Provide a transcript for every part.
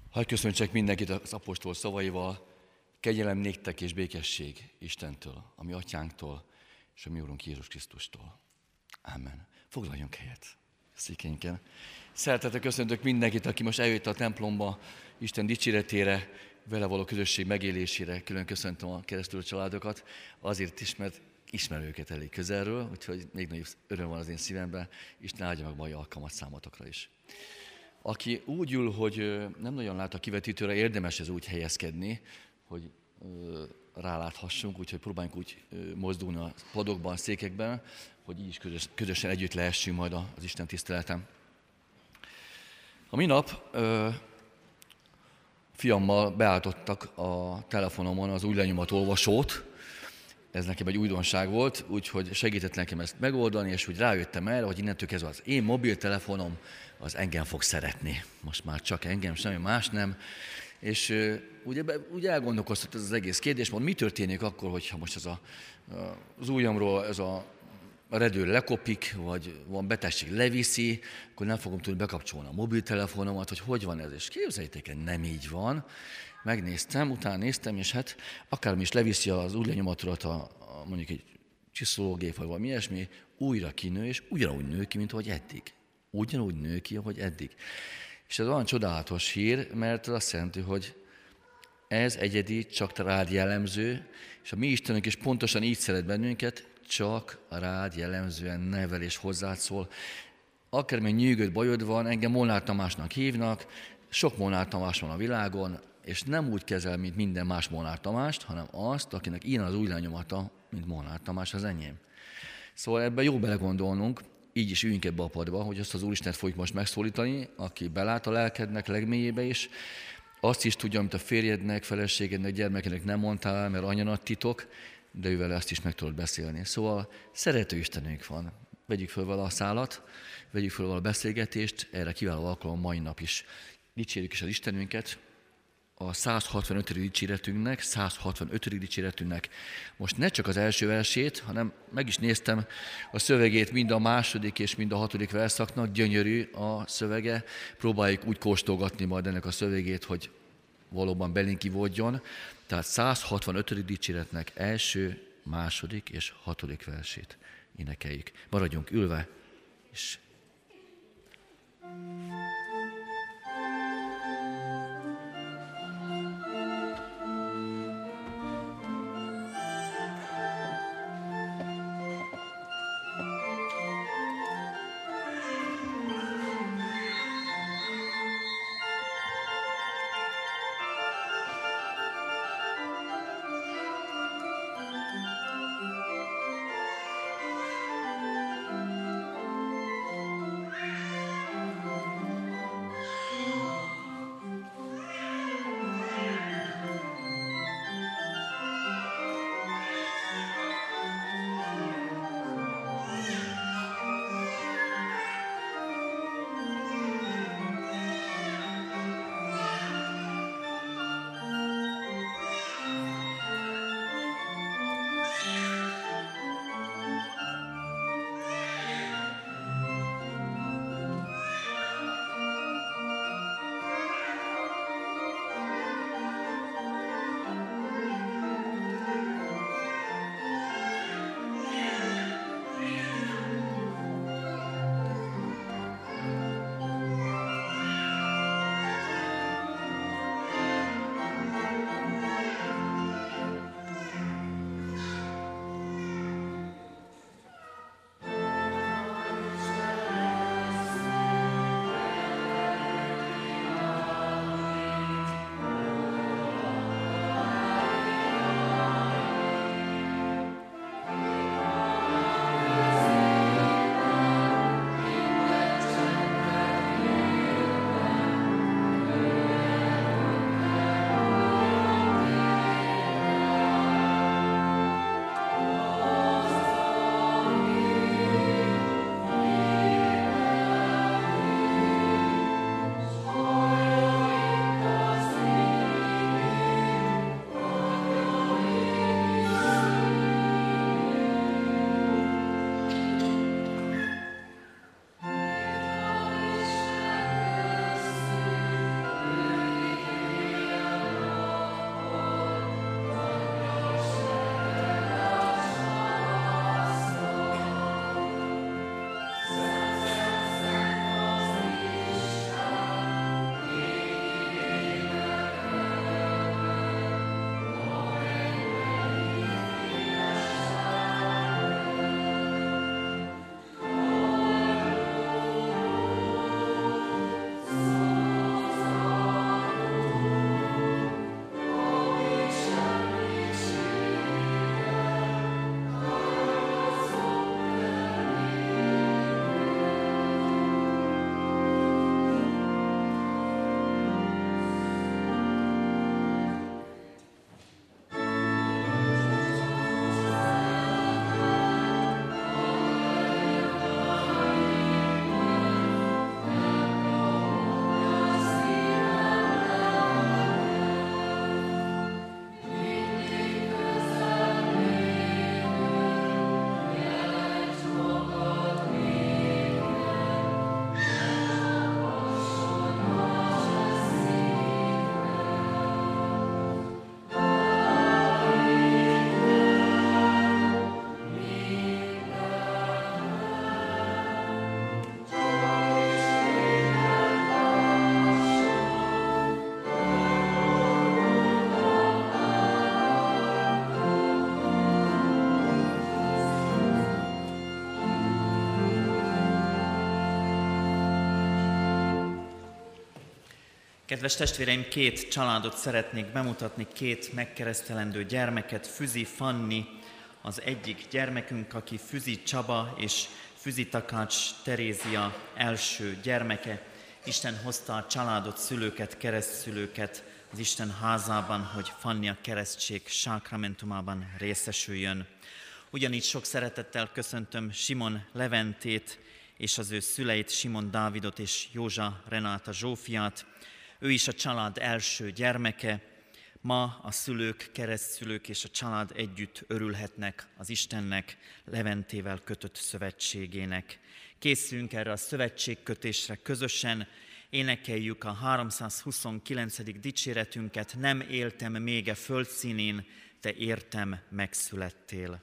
Hadd köszöntsek mindenkit az apostol szavaival, kegyelem néktek és békesség Istentől, a mi atyánktól és a mi Úrunk Jézus Krisztustól. Ámen. Foglaljunk helyet székényken. Szeretettel köszöntök mindenkit, aki most eljött a templomba, Isten dicséretére, vele való közösség megélésére. Külön köszöntöm a keresztül családokat, azért is, mert ismerem őket elég közelről, úgyhogy még nagyobb öröm van az én szívemben, Isten áldja meg mai alkalmat számotokra is. Aki úgy ül, hogy nem nagyon lát a kivetítőre, érdemes ez úgy helyezkedni, hogy ráláthassunk, úgyhogy próbáljunk úgy mozdulni a padokban, a székekben, hogy így is közösen együtt lehessünk majd az Isten tiszteleten. A minap fiammal beálltottak a telefonomon az új lenyomatolvasót. Ez nekem egy újdonság volt, úgyhogy segített nekem ezt megoldani, és úgy rájöttem erre, hogy innentől kezdve az én mobiltelefonom az engem fog szeretni. Most már csak engem, semmi más nem. És ugye elgondolkoztat ez az egész kérdés, mi történik akkor, hogyha most az ujjamról ez a redőr lekopik, vagy van betegség leviszi, akkor nem fogom tudni bekapcsolni a mobiltelefonomat, hogy van ez. És képzeljétek el, nem így van. Megnéztem, utána néztem, és hát akármi is leviszi az új lenyomatorat mondjuk egy csiszológép, vagy valami ilyesmi, újra kinő, és ugyanúgy nő ki, mint ahogy eddig. Ugyanúgy nő ki, ahogy eddig. És ez olyan csodálatos hír, mert az azt jelenti, hogy ez egyedi, csak rád jellemző, és a mi Istenünk is pontosan így szeret bennünket, csak rád jellemzően nevel és hozzád szól. Akármilyen nyűgöd bajod van, engem Molnár Tamásnak hívnak, sok Molnár Tamás van a világon, és nem úgy kezel, mint minden más Molnár Tamást, hanem azt, akinek ilyen az új lenyomata, mint Molnár Tamás az enyém. Szóval ebben jó belegondolnunk, így is üljünk ebbe a padba, hogy azt az Úristent fogjuk most megszólítani, aki belát a lelkednek legmélyébe is, azt is tudja, amit a férjednek, feleségednek, gyermekednek nem mondtál el, mert anya nagy titok, de ővel ezt is meg tudod beszélni. Szóval szerető Istenünk van. Vegyük föl vele a szálat, vegyük föl vele a beszélgetést, erre kiváló alkalom mai nap is. Dicsérjük is az Istenünket, a 165. dicséretünknek most ne csak az első versét, hanem meg is néztem a szövegét mind a második és mind a hatodik verszaknak, gyönyörű a szövege, próbáljuk úgy kóstolgatni majd ennek a szövegét, hogy valóban belénk ivódjon. Tehát 165. dicséretnek első, második és hatodik versét énekeljük. Maradjunk ülve, és Kedves testvéreim, 2 családot szeretnék bemutatni, 2 megkeresztelendő gyermeket. Füzi Fanni az egyik gyermekünk, aki Füzi Csaba és Füzi Takács Terézia első gyermeke. Isten hozta a családot, szülőket, keresztszülőket az Isten házában, hogy Fanni a keresztség sákramentumában részesüljön. Ugyanígy sok szeretettel köszöntöm Simon Leventét és az ő szüleit, Simon Dávidot és Józsa Renáta Zsófiát. Ő is a család első gyermeke. Ma a szülők, keresztszülők és a család együtt örülhetnek az Istennek Leventével kötött szövetségének. Készülünk erre a szövetségkötésre közösen, énekeljük a 329. dicséretünket. Nem éltem még a földszínén, te értem megszülettél.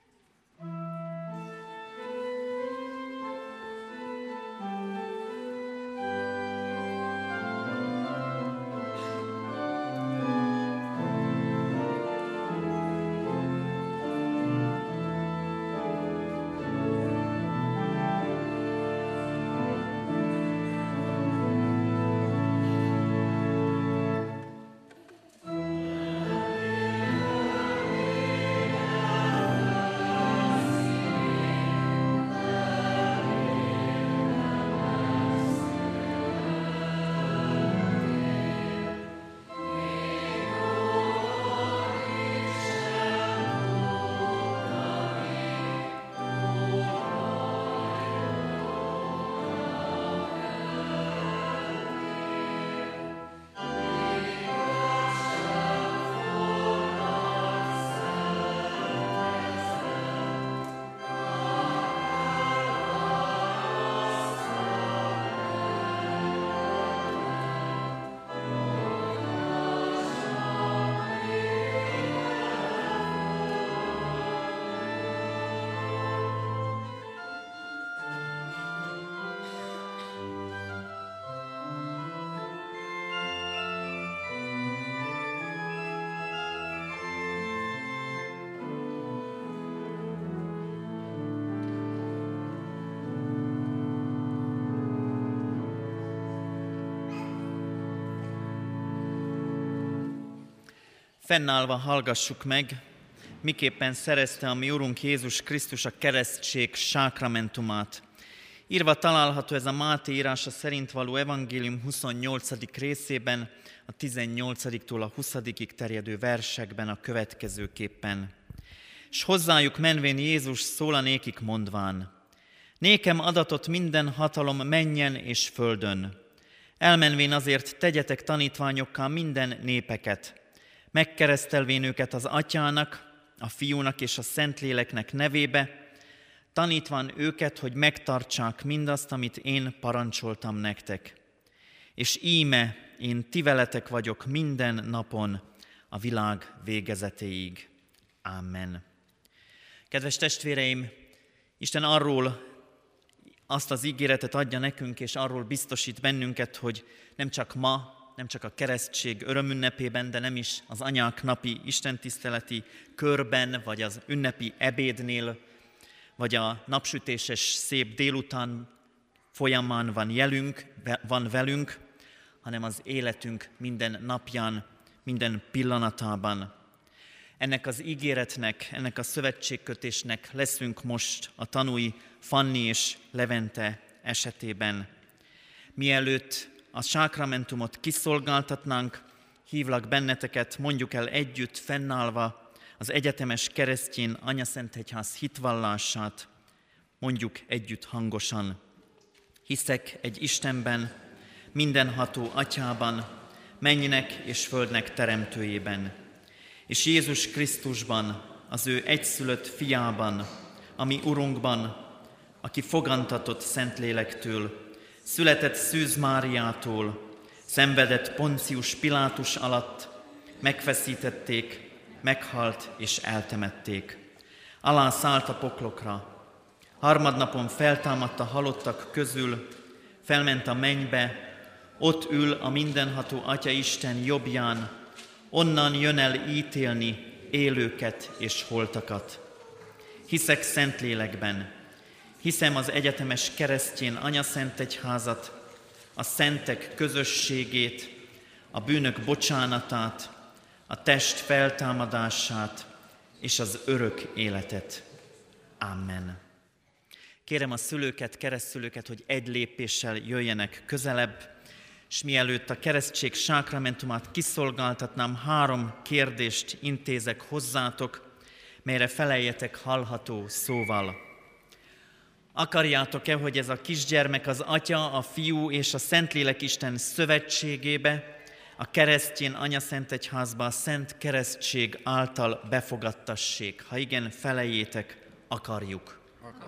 Fennállva hallgassuk meg, miképpen szerezte a mi Urunk Jézus Krisztus a keresztség sákramentumát. Írva található ez a Máté írása szerint való evangélium 28. részében, a 18-tól a 20-ig terjedő versekben a következőképpen. S hozzájuk menvén Jézus szólanékik mondván: Nékem adatott minden hatalom mennyen és földön. Elmenvén azért tegyetek tanítványokká minden népeket, megkeresztelvén őket az Atyának, a Fiúnak és a Szentléleknek nevébe, tanítván őket, hogy megtartsák mindazt, amit én parancsoltam nektek. És íme én ti veletek vagyok minden napon a világ végezetéig. Amen. Kedves testvéreim, Isten arról azt az ígéretet adja nekünk, és arról biztosít bennünket, hogy nem csak ma, nem csak a keresztség örömünnepében, de nem is az anyák napi istentiszteleti körben, vagy az ünnepi ebédnél, vagy a napsütéses szép délután folyamán van velünk, hanem az életünk minden napján, minden pillanatában. Ennek az ígéretnek, ennek a szövetségkötésnek leszünk most a tanúi Fanni és Levente esetében. Mielőtt a sákramentumot kiszolgáltatnánk, hívlak benneteket, mondjuk el együtt fennállva az egyetemes keresztény anyaszentegyház hitvallását, mondjuk együtt hangosan. Hiszek egy Istenben, mindenható Atyában, mennynek és földnek teremtőjében, és Jézus Krisztusban, az ő egyszülött fiában, a mi Urunkban, aki fogantatott Szentlélektől, született Szűz Máriától, szenvedett Poncius Pilátus alatt, megfeszítették, meghalt és eltemették. Alá szállt a poklokra, harmadnapon feltámadt a halottak közül, felment a mennybe, ott ül a mindenható Atya Isten jobbján, onnan jön el ítélni élőket és holtakat. Hiszek Szentlélekben, hiszem az egyetemes keresztény anyaszentegyházat, a szentek közösségét, a bűnök bocsánatát, a test feltámadását és az örök életet. Amen. Kérem a szülőket, keresztszülőket, hogy egy lépéssel jöjjenek közelebb, és mielőtt a keresztség sákramentumát kiszolgáltatnám, 3 kérdést intézek hozzátok, melyre feleljetek hallható szóval. Akarjátok-e, hogy ez a kisgyermek az Atya, a Fiú és a Szentlélek Isten szövetségébe, a keresztjén anyaszentegyházba a Szent Keresztség által befogadtassék? Ha igen, feleljétek, akarjuk.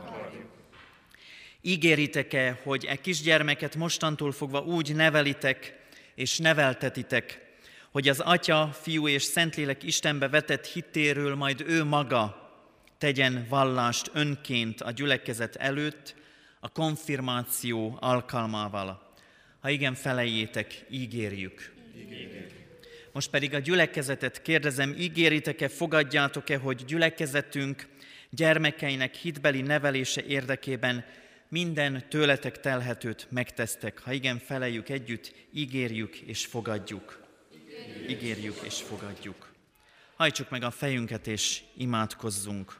Ígéritek-e, hogy e kisgyermeket mostantól fogva úgy nevelitek és neveltetitek, hogy az Atya, Fiú és Szentlélek Istenbe vetett hittéről majd ő maga tegyen vallást önként a gyülekezet előtt a konfirmáció alkalmával? Ha igen, feleljétek, ígérjük. Most pedig a gyülekezetet kérdezem, ígéritek-e, fogadjátok-e, hogy gyülekezetünk gyermekeinek hitbeli nevelése érdekében minden tőletek telhetőt megtesztek? Ha igen, feleljük együtt, ígérjük és fogadjuk. Ígérjük és fogadjuk. Hajtsuk meg a fejünket és imádkozzunk.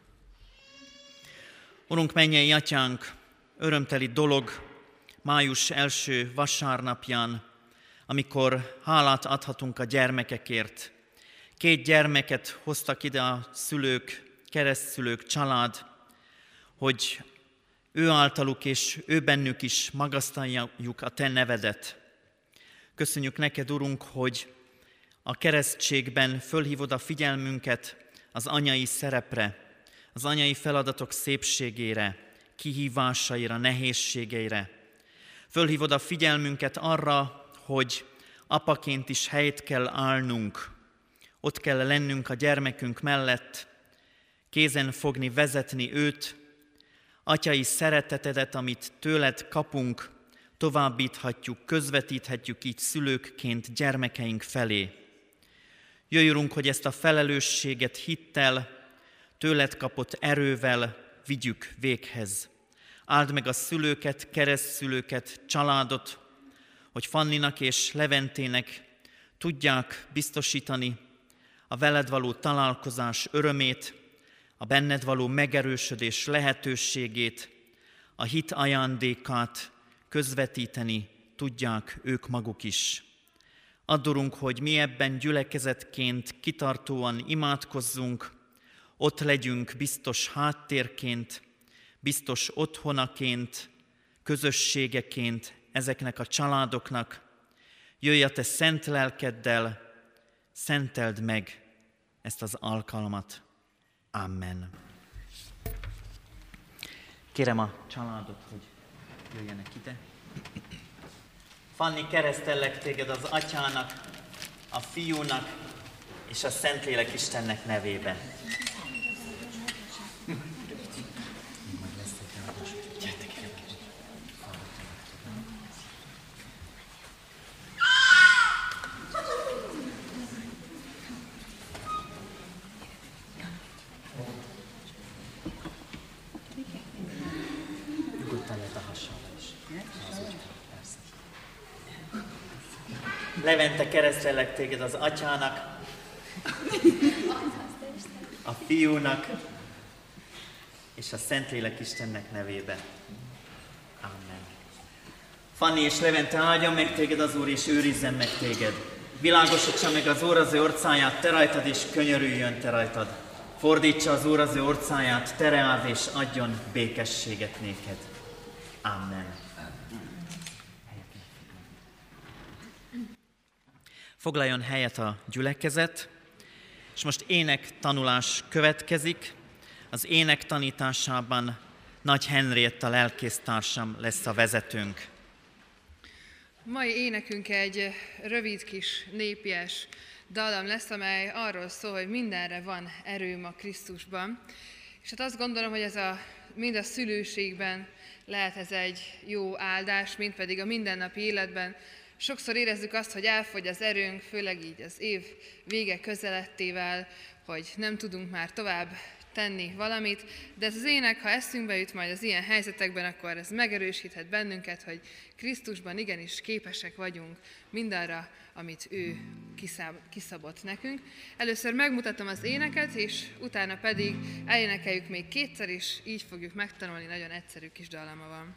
Urunk, mennyei Atyánk, örömteli dolog május első vasárnapján, amikor hálát adhatunk a gyermekekért. 2 gyermeket hoztak ide a szülők, keresztszülők, család, hogy ő általuk és ő bennük is magasztaljuk a Te nevedet. Köszönjük neked, Urunk, hogy a keresztségben fölhívod a figyelmünket az anyai szerepre, az anyai feladatok szépségére, kihívásaira, nehézségeire. Fölhívod a figyelmünket arra, hogy apaként is helyt kell állnunk, ott kell lennünk a gyermekünk mellett, kézen fogni, vezetni őt, atyai szeretetedet, amit tőled kapunk, továbbíthatjuk, közvetíthetjük így szülőkként gyermekeink felé. Jöjj, Urunk, hogy ezt a felelősséget hittel, tőled kapott erővel vigyük véghez. Áld meg a szülőket, keresztszülőket, családot, hogy Fanninak és Leventének tudják biztosítani a veled való találkozás örömét, a benned való megerősödés lehetőségét, a hit ajándékát közvetíteni tudják ők maguk is. Add, Urunk, hogy mi ebben gyülekezetként kitartóan imádkozzunk, ott legyünk biztos háttérként, biztos otthonaként, közösségeként ezeknek a családoknak. Jöjj a Te szent lelkeddel, szenteld meg ezt az alkalmat. Amen. Kérem a családot, hogy jöjjenek ide. Fanni, keresztellek téged az Atyának, a Fiúnak és a Szentlélek Istennek nevében. Levente, keresztellek téged az Atyának, a Fiúnak és a Szentlélek Istennek nevébe. Amen. Fanni és Levente, áldjon meg téged az Úr, és őrizzen meg téged. Világosítsa meg az Úr az ő orcáját te rajtad, és könyörüljön te rajtad. Fordítsa az Úr az ő orcáját te reád, és adjon békességet néked. Amen. Foglaljon helyet a gyülekezet, és most énektanulás következik. Az ének tanításában Nagy Henrietta lelkésztársam lesz a vezetőnk. Mai énekünk egy rövid kis népies dallam lesz, amely arról szól, hogy mindenre van erőm a Krisztusban. És hát azt gondolom, hogy mind a szülőségben lehet ez egy jó áldás, mind pedig a mindennapi életben. Sokszor érezzük azt, hogy elfogy az erőnk, főleg így az év vége közelettével, hogy nem tudunk már tovább tenni valamit, de ez az ének, ha eszünkbe jut majd az ilyen helyzetekben, akkor ez megerősíthet bennünket, hogy Krisztusban igenis képesek vagyunk mindarra, amit ő kiszabott nekünk. Először megmutatom az éneket, és utána pedig elénekeljük még kétszer, és így fogjuk megtanulni, nagyon egyszerű kis dallama van.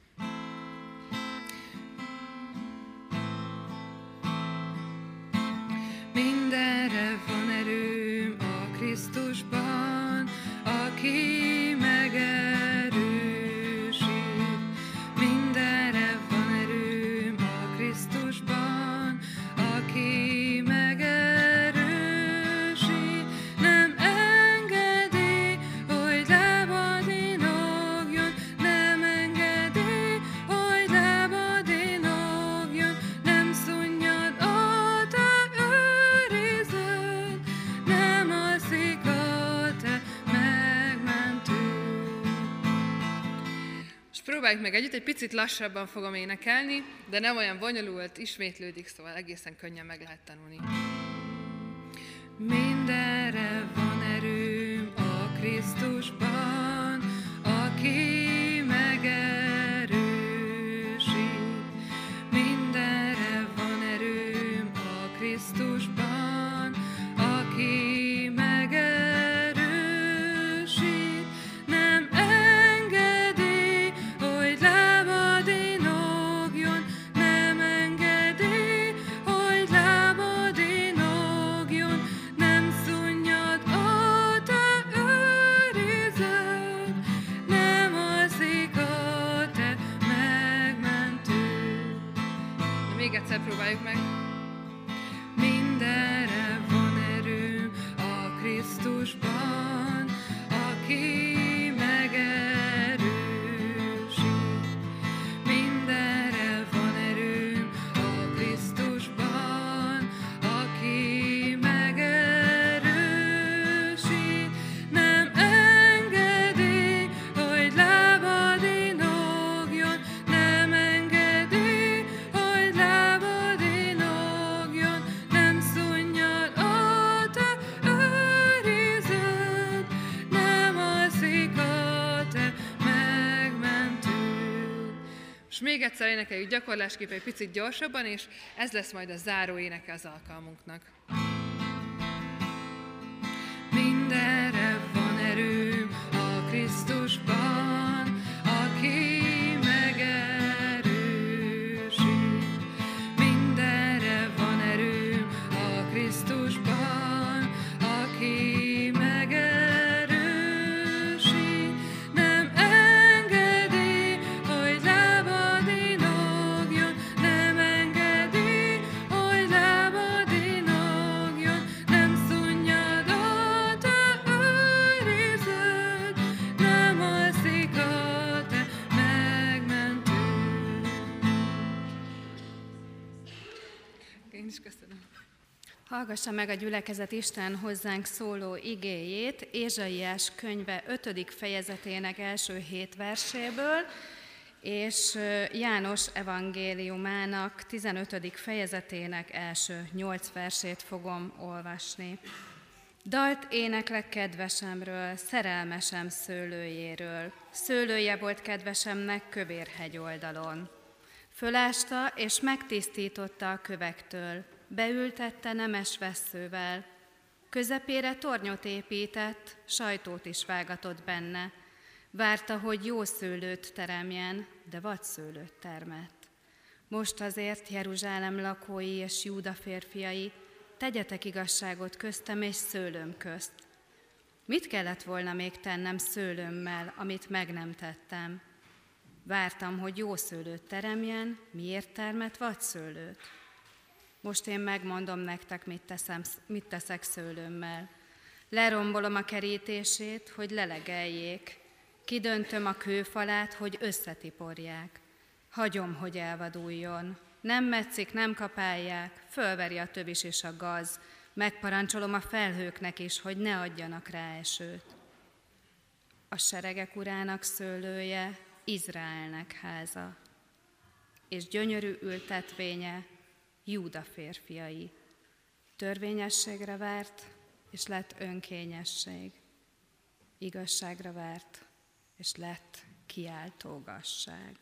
Mindenre van erőm a Krisztusban, aki megerősít. Mindenre van erőm a Krisztusban, aki megerősít. Nem engedi, hogy lábadinogjon, nem engedi, hogy lábadinogjon, nem szunnyad a te őriződ, nem alszik a te megmentőd. Most próbáljuk meg együtt, egy picit lassabban fogom énekelni, de nem olyan bonyolult, ismétlődik, szóval egészen könnyen meg lehet tanulni. Mindenre van erőm a Krisztusban, aki megerősít. Mindenre van erőm a Krisztusban, aki megerősít. Nem engedi, hogy lábadinogjon, nem engedi, hogy lábadinogjon, nem szunnyad a te őriződ, nem alszik a te megmentőd. De még egyszer próbáljuk meg. Mindenre van erőm a Krisztusban, aki megerősít. Mindenre van erőm a Krisztusban, aki megerősít. Nem engedi, hogy lábadinogjon, nem engedi, hogy lábadinogjon, nem szunnyad a te őriződ, nem alszik a te megmentőd. Most még egyszer énekeljük gyakorlásképp egy picit gyorsabban, és ez lesz majd a záró éneke az alkalmunknak. Mindenre van erőm a Krisztusban, aki megerősít. Mindenre van erőm a Krisztusban, aki megerősít. Nem engedi, hogy lábadinogjon, nem engedi, hogy lábadinogjon, nem szunnyad a te őriződ, nem alszik a te megmentőd. Én is köszönöm. Hallgassa meg a gyülekezet Isten hozzánk szóló igéjét Ézsaiás könyve 5. fejezetének első 7 verséből, és János evangéliumának 15. fejezetének első 8 versét fogom olvasni. Dalt éneklek kedvesemről, szerelmesem szőlőjéről. Szőlője volt kedvesemnek Kövérhegy oldalon. Fölásta és megtisztította a kövektől, beültette nemes vesszővel. Közepére tornyot épített, sajtót is vágatott benne. Várta, hogy jó szőlőt teremjen, de vadszőlőt termett. Most azért, Jeruzsálem lakói és Júda férfiai, tegyetek igazságot köztem és szőlőm közt. Mit kellett volna még tennem szőlőmmel, amit meg nem tettem? Vártam, hogy jó szőlőt teremjen, miért termett vadszőlőt? Most én megmondom nektek, mit teszek szőlőmmel. Lerombolom a kerítését, hogy lelegeljék. Kidöntöm a kőfalát, hogy összetiporják. Hagyom, hogy elvaduljon. Nem metszik, nem kapálják, fölveri a tövis és a gaz. Megparancsolom a felhőknek is, hogy ne adjanak rá esőt. A seregek urának szőlője, Izraelnek háza, és gyönyörű ültetvénye, Júda férfiai. Törvényességre várt, és lett önkényesség. igazságra várt, és lett kiáltógasság.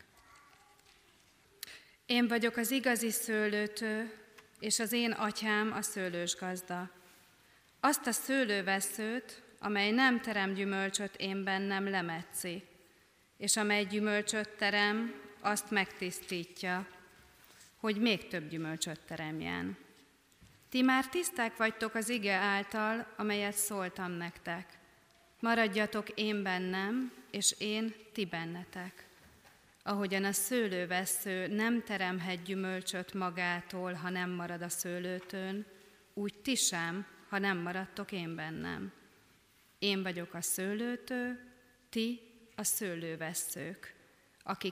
Én vagyok az igazi szőlőtő, és az én atyám a szőlősgazda. Azt a szőlővesszőt, amely nem terem gyümölcsöt, én bennem lemetszi, és amely gyümölcsöt terem, azt megtisztítja, hogy még több gyümölcsöt teremjen. Ti már tiszták vagytok az ige által, amelyet szóltam nektek. Maradjatok én bennem, és én ti bennetek. Ahogyan a szőlővessző nem teremhet gyümölcsöt magától, ha nem marad a szőlőtőn, úgy ti sem, ha nem maradtok én bennem. Én vagyok a szőlőtő, ti a szőlővesszők. Aki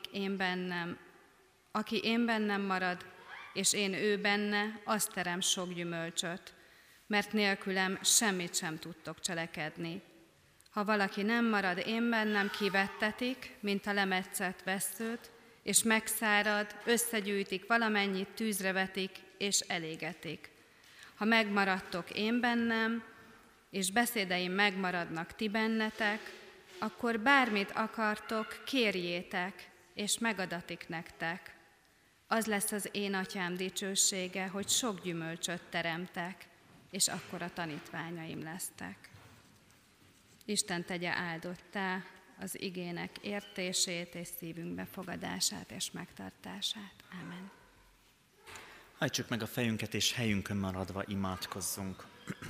én bennem marad, és én ő benne, azt terem sok gyümölcsöt, mert nélkülem semmit sem tudtok cselekedni. Ha valaki nem marad én bennem, kivettetik, mint a lemetszett vesszőt, és megszárad, összegyűjtik, valamennyit tűzre vetik, és elégetik. Ha megmaradtok én bennem, és beszédeim megmaradnak ti bennetek, akkor bármit akartok, kérjétek, és megadatik nektek. Az lesz az én atyám dicsősége, hogy sok gyümölcsöt teremtek, és akkor a tanítványaim lesztek. Isten tegye áldottá az igének értését és szívünk befogadását és megtartását. Ámen. Hajtsuk meg a fejünket, és helyünkön maradva imádkozzunk.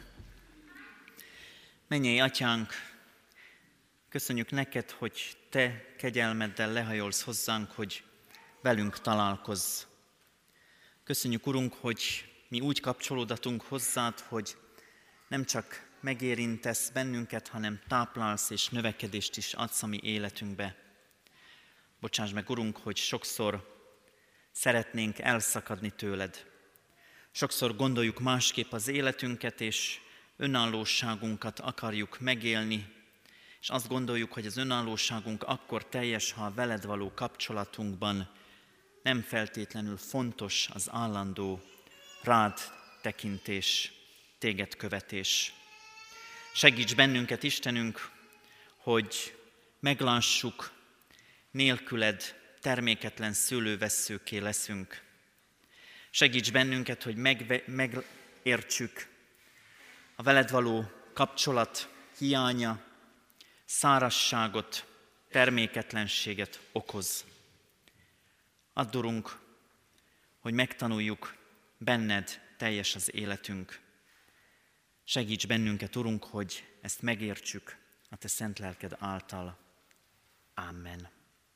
Mennyei Atyánk, köszönjük neked, hogy te kegyelmeddel lehajolsz hozzánk, hogy velünk találkozz. Köszönjük, Urunk, hogy mi úgy kapcsolódatunk hozzád, hogy nem csak megérintesz bennünket, hanem táplálsz és növekedést is adsz a mi életünkbe. Bocsáss meg, Urunk, hogy sokszor szeretnénk elszakadni tőled. Sokszor gondoljuk másképp az életünket, és önállóságunkat akarjuk megélni, és azt gondoljuk, hogy az önállóságunk akkor teljes, ha a veled való kapcsolatunkban nem feltétlenül fontos az állandó rád tekintés, téged követés. Segíts bennünket, Istenünk, hogy meglássuk, nélküled terméketlen szőlővesszőkké leszünk. Segíts bennünket, hogy megértsük a veled való kapcsolat hiánya, szárazságot, terméketlenséget okoz. Add, Urunk, hogy megtanuljuk, benned teljes az életünk. Segíts bennünket, Urunk, hogy ezt megértsük a te szent lelked által. Amen.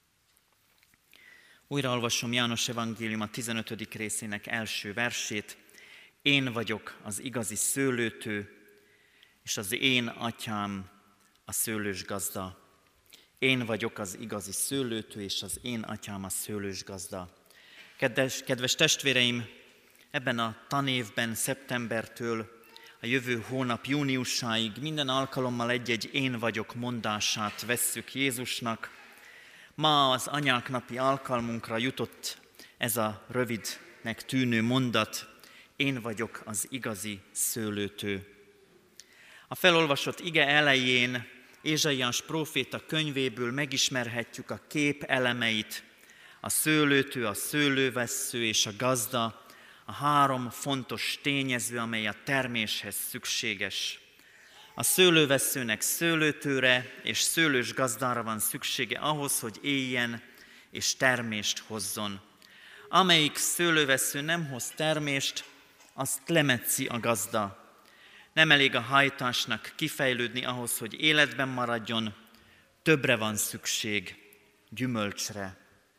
Újra olvasom János evangélium a 15. részének első versét. Én vagyok az igazi szőlőtő, és az én atyám a szőlősgazda. Én vagyok az igazi szőlőtő, és az én atyám a szőlősgazda. Kedves testvéreim, ebben a tanévben, szeptembertől a jövő hónap júniusáig minden alkalommal egy-egy én vagyok mondását vesszük Jézusnak. Ma az anyák napi alkalmunkra jutott ez a rövidnek tűnő mondat, én vagyok az igazi szőlőtő. A felolvasott ige elején Ézsaiás próféta könyvéből megismerhetjük a kép elemeit, a szőlőtő, a szőlővessző és a gazda, a három fontos tényező, amely a terméshez szükséges. A szőlővesszőnek szőlőtőre és szőlős gazdára van szüksége ahhoz, hogy éljen és termést hozzon. Amelyik szőlővessző nem hoz termést, azt lemetszi a gazda. Nem elég a hajtásnak kifejlődni ahhoz, hogy életben maradjon, többre van szükség, gyümölcsre.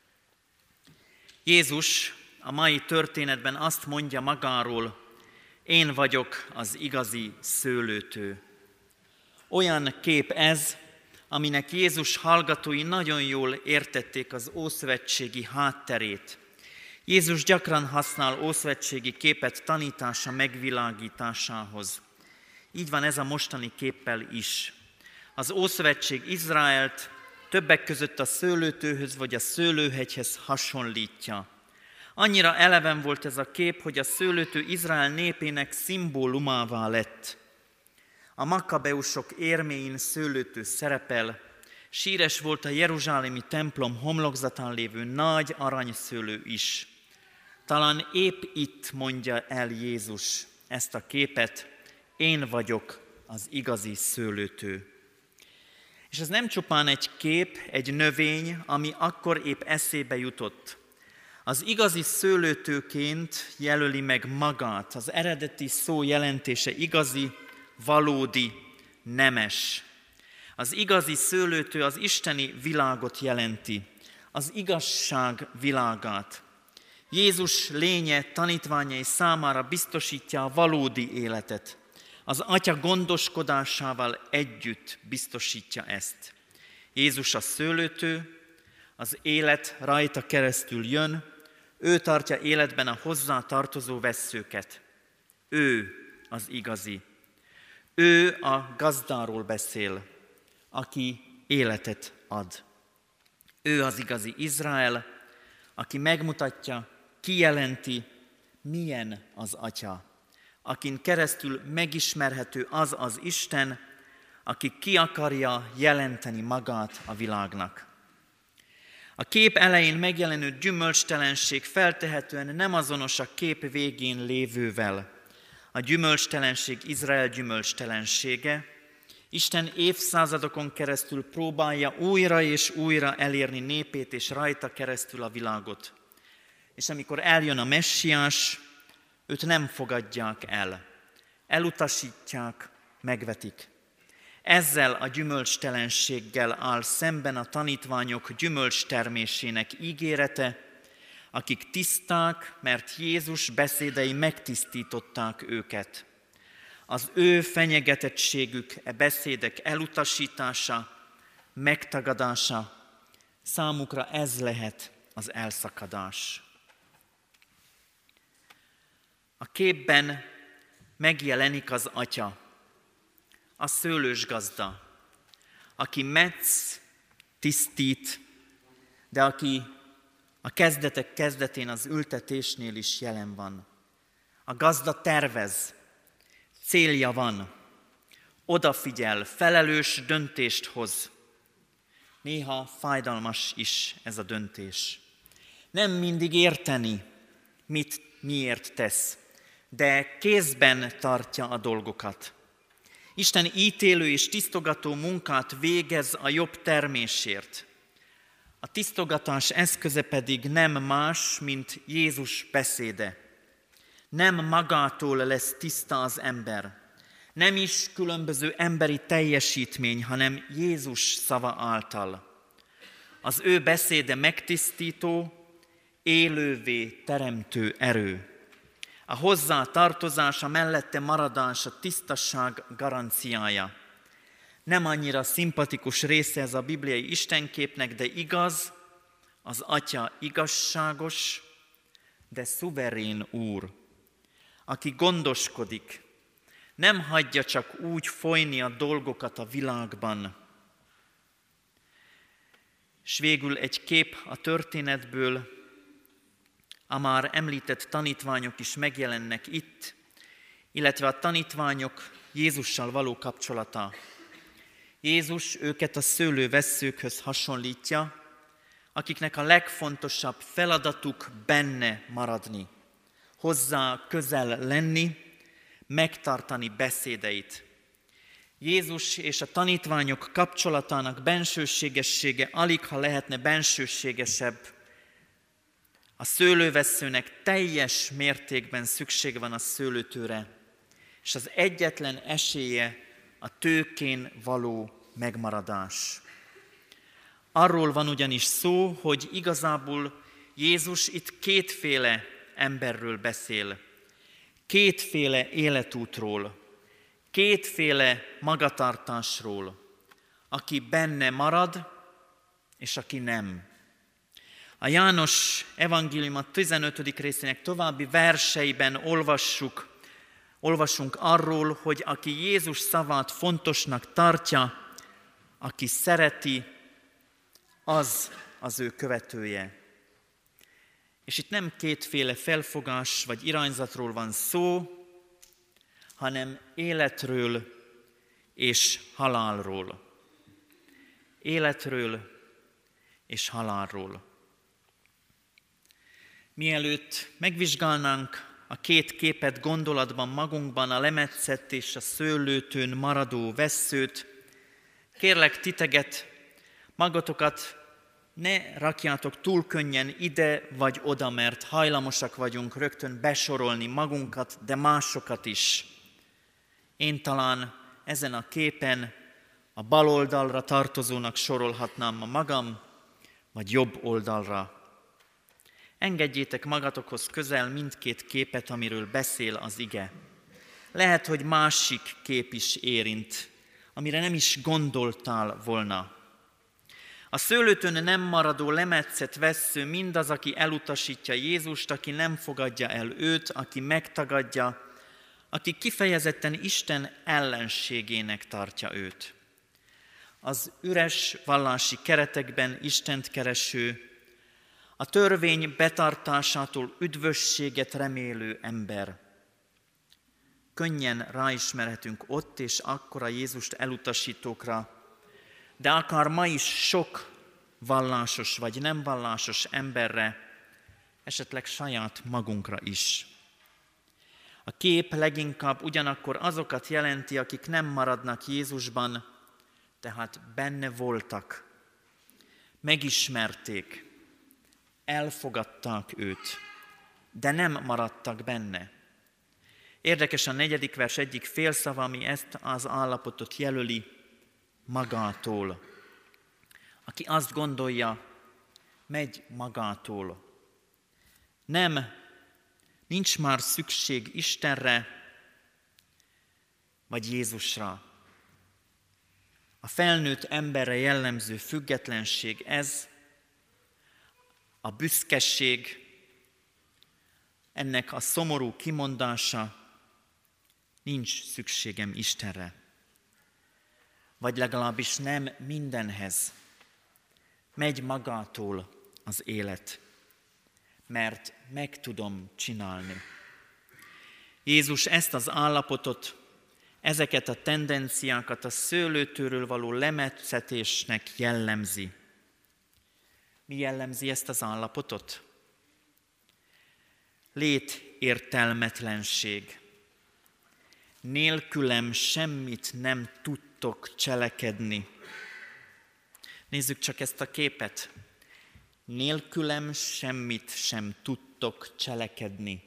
Jézus a mai történetben azt mondja magáról, én vagyok az igazi szőlőtő. Olyan kép ez, aminek Jézus hallgatói nagyon jól értették az ószövetségi hátterét. Jézus gyakran használ ószövetségi képet tanítása megvilágításához. Így van ez a mostani képpel is. Az Ószövetség Izraelt többek között a szőlőtőhöz vagy a szőlőhegyhez hasonlítja. Annyira eleven volt ez a kép, hogy a szőlőtő Izrael népének szimbólumává lett. a Makkabeusok érméin szőlőtő szerepel, síres volt a jeruzsálemi templom homlokzatán lévő nagy aranyszőlő is. Talán épp itt mondja el Jézus ezt a képet, én vagyok az igazi szőlőtő. És ez nem csupán egy kép, egy növény, ami akkor épp eszébe jutott. Az igazi szőlőtőként jelöli meg magát, az eredeti szó jelentése igazi, valódi, nemes. Az igazi szőlőtő az isteni világot jelenti, az igazság világát. Jézus lénye tanítványai számára biztosítja a valódi életet. Az Atya gondoskodásával együtt biztosítja ezt. Jézus a szőlőtő, az élet rajta keresztül jön, ő tartja életben a hozzá tartozó vesszőket. Ő az igazi. Ő a gazdáról beszél, aki életet ad. Ő az igazi Izrael, aki megmutatja, kijelenti, milyen az Atya, akin keresztül megismerhető az az Isten, aki ki akarja jelenteni magát a világnak. A kép elején megjelenő gyümölcstelenség feltehetően nem azonos a kép végén lévővel. A gyümölcstelenség Izrael gyümölcstelensége. Isten évszázadokon keresztül próbálja újra és újra elérni népét és rajta keresztül a világot. És amikor eljön a messiás, őt nem fogadják el. Elutasítják, megvetik. Ezzel a gyümölcstelenséggel áll szemben a tanítványok gyümölcstermésének ígérete, akik tiszták, mert Jézus beszédei megtisztították őket. Az ő fenyegetettségük, e beszédek elutasítása, megtagadása, számukra ez lehet az elszakadás. A képben megjelenik az Atya, a szőlősgazda, aki metsz, tisztít, de aki a kezdetek kezdetén az ültetésnél is jelen van. A gazda tervez, célja van, odafigyel, felelős döntést hoz. Néha fájdalmas is ez a döntés. Nem mindig érteni, miért tesz, de kézben tartja a dolgokat. Isten ítélő és tisztogató munkát végez a jobb termésért. A tisztogatás eszköze pedig nem más, mint Jézus beszéde. Nem magától lesz tiszta az ember, nem is különböző emberi teljesítmény, hanem Jézus szava által. Az ő beszéde megtisztító, élővé teremtő erő. A hozzá tartozása mellette maradás a tisztasság garanciája. Nem annyira szimpatikus része ez a bibliai istenképnek, de igaz, az Atya igazságos, de szuverén Úr, aki gondoskodik, nem hagyja csak úgy folyni a dolgokat a világban. És végül egy kép a történetből, a már említett tanítványok is megjelennek itt, illetve a tanítványok Jézussal való kapcsolata. Jézus őket a szőlővesszőkhöz hasonlítja, akiknek a legfontosabb feladatuk benne maradni, hozzá közel lenni, megtartani beszédeit. Jézus és a tanítványok kapcsolatának bensőségessége alig, ha lehetne bensőségesebb. A szőlővesszőnek teljes mértékben szükség van a szőlőtőre, és az egyetlen esélye a tőkén való megmaradás. Arról van ugyanis szó, hogy igazából Jézus itt kétféle emberről beszél, kétféle életútról, kétféle magatartásról, aki benne marad, és aki nem. A János evangéliuma 15. részének további verseiben olvasunk arról, hogy aki Jézus szavát fontosnak tartja, aki szereti, az az ő követője. És itt nem kétféle felfogás vagy irányzatról van szó, hanem életről és halálról. Életről és halálról. Mielőtt megvizsgálnánk a két képet gondolatban magunkban, a lemetszett és a szőlőtőn maradó vesszőt, kérlek titeget, magatokat ne rakjátok túl könnyen ide vagy oda, mert hajlamosak vagyunk rögtön besorolni magunkat, de másokat is. Én talán ezen a képen a bal oldalra tartozónak sorolhatnám a magam, vagy jobb oldalra. Engedjétek magatokhoz közel mindkét képet, amiről beszél az ige. Lehet, hogy másik kép is érint, amire nem is gondoltál volna. A szőlőtőn nem maradó lemetszett vessző mindaz, aki elutasítja Jézust, aki nem fogadja el őt, aki megtagadja, aki kifejezetten Isten ellenségének tartja őt. Az üres vallási keretekben Istent kereső, a törvény betartásától üdvösséget remélő ember. Könnyen ráismerhetünk ott és akkor a Jézust elutasítókra, de akár ma is sok vallásos vagy nem vallásos emberre, esetleg saját magunkra is. A kép leginkább ugyanakkor azokat jelenti, akik nem maradnak Jézusban, tehát benne voltak, megismerték, elfogadták őt, de nem maradtak benne. Érdekes a 4. vers egyik félszava, ami ezt az állapotot jelöli magától. Aki azt gondolja, megy magától. Nincs már szükség Istenre, vagy Jézusra. A felnőtt emberre jellemző függetlenség ez, a büszkeség, ennek a szomorú kimondása, nincs szükségem Istenre. Vagy legalábbis nem mindenhez. Megy magától az élet, mert meg tudom csinálni. Jézus ezt az állapotot, ezeket a tendenciákat a szőlőtőről való lemetszetésnek jellemzi. Mi jellemzi ezt az állapotot? Létértelmetlenség. Nélkülem semmit nem tudtok cselekedni. Nézzük csak ezt a képet. Nélkülem semmit sem tudtok cselekedni.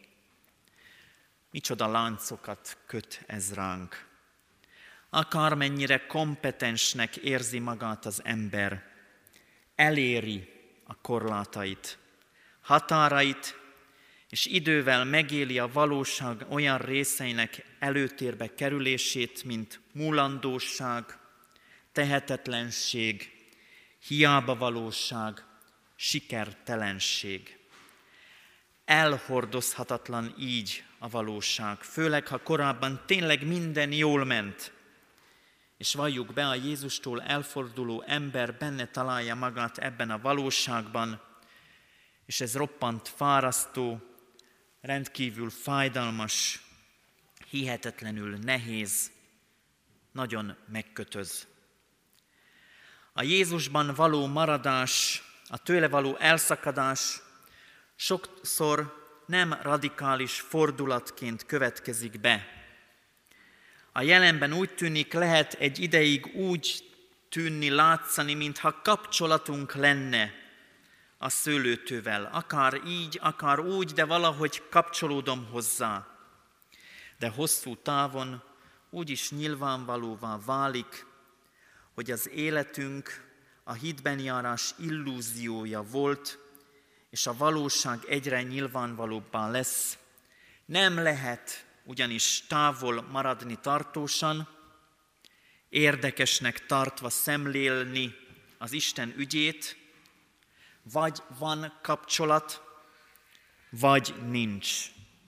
Micsoda láncokat köt ez ránk. Akármennyire kompetensnek érzi magát az ember, eléri a korlátait, határait, és idővel megéli a valóság olyan részeinek előtérbe kerülését, mint múlandóság, tehetetlenség, hiábavalóság, sikertelenség. Elhordozhatatlan így a valóság, főleg ha korábban tényleg minden jól ment, és valljuk be, a Jézustól elforduló ember benne találja magát ebben a valóságban, és ez roppant fárasztó, rendkívül fájdalmas, hihetetlenül nehéz, nagyon megkötöz. A Jézusban való maradás, a tőle való elszakadás sokszor nem radikális fordulatként következik be. A jelenben úgy tűnik, lehet egy ideig úgy tűnni, látszani, mintha kapcsolatunk lenne a szőlőtővel. Akár így, akár úgy, de valahogy kapcsolódom hozzá. De hosszú távon úgy is nyilvánvalóvá válik, hogy az életünk a hitben járás illúziója volt, és a valóság egyre nyilvánvalóbbá lesz. Nem lehet ugyanis távol maradni tartósan, érdekesnek tartva szemlélni az Isten ügyét, vagy van kapcsolat, vagy nincs.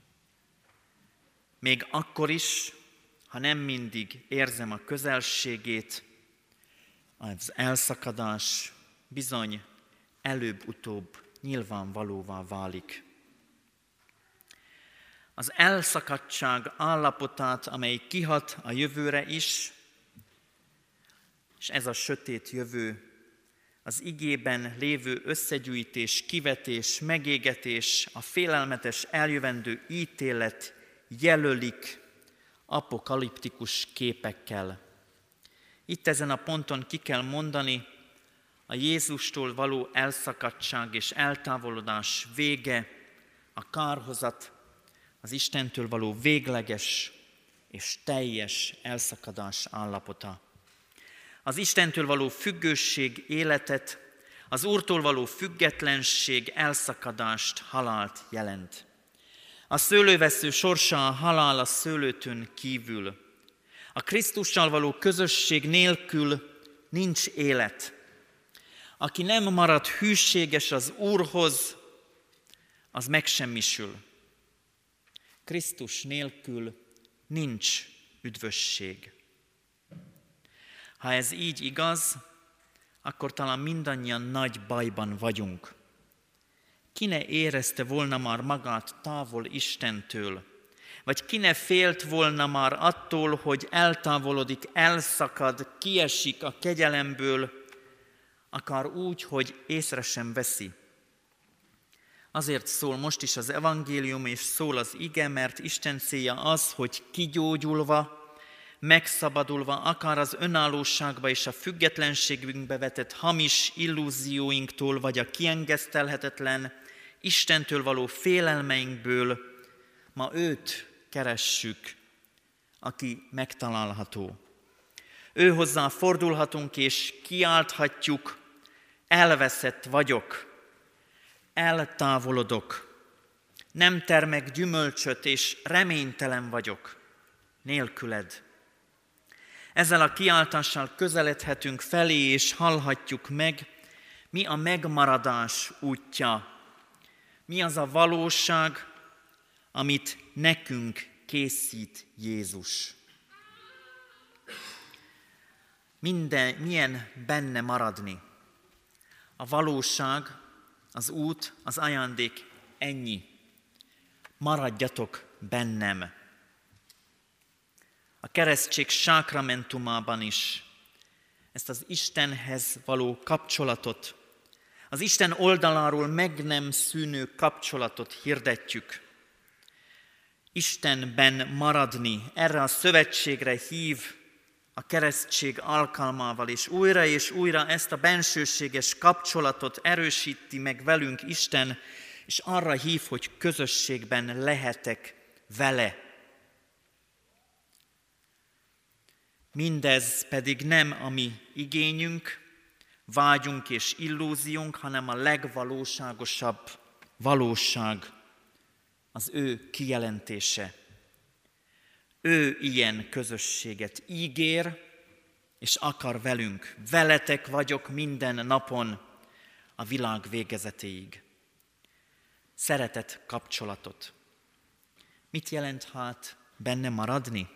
Még akkor is, ha nem mindig érzem a közelségét, az elszakadás bizony előbb-utóbb nyilvánvalóvá válik. Az elszakadtság állapotát, amely kihat a jövőre is, és ez a sötét jövő, az igében lévő összegyűjtés, kivetés, megégetés, a félelmetes eljövendő ítélet jelölik apokaliptikus képekkel. Itt ezen a ponton ki kell mondani, a Jézustól való elszakadtság és eltávolodás vége, a kárhozat, az Istentől való végleges és teljes elszakadás állapota. Az Istentől való függőség életet, az Úrtól való függetlenség elszakadást, halált jelent. A szőlővesző sorsa a halál a szőlőtőn kívül. A Krisztussal való közösség nélkül nincs élet. Aki nem marad hűséges az Úrhoz, az megsemmisül. Krisztus nélkül nincs üdvösség. Ha ez így igaz, akkor talán mindannyian nagy bajban vagyunk. Ki ne érezte volna már magát távol Istentől, vagy ki ne félt volna már attól, hogy eltávolodik, elszakad, kiesik a kegyelemből, akár úgy, hogy észre sem veszi. Azért szól most is az evangélium, és szól az ige, mert Isten célja az, hogy kigyógyulva, megszabadulva, akár az önállóságba és a függetlenségünkbe vetett hamis illúzióinktól, vagy a kiengesztelhetetlen Istentől való félelmeinkből, ma őt keressük, aki megtalálható. Őhozzá fordulhatunk és kiálthatjuk, elveszett vagyok, eltávolodok, nem termek gyümölcsöt és reménytelen vagyok nélküled. Ezzel a kiáltással közeledhetünk felé és hallhatjuk meg, mi a megmaradás útja, mi az a valóság, amit nekünk készít Jézus. Milyen benne maradni. A valóság, az út, az ajándék ennyi. Maradjatok bennem. A keresztség sákramentumában is ezt az Istenhez való kapcsolatot, az Isten oldaláról meg nem szűnő kapcsolatot hirdetjük. Istenben maradni, erre a szövetségre hív a keresztség alkalmával, és újra ezt a bensőséges kapcsolatot erősíti meg velünk Isten, és arra hív, hogy közösségben lehetek vele. Mindez pedig nem a mi igényünk, vágyunk és illúziónk, hanem a legvalóságosabb valóság, az ő kijelentése. Ő ilyen közösséget ígér, és akar velünk. Veletek vagyok minden napon a világ végezetéig. Szeretet kapcsolatot. Mit jelent hát benne maradni?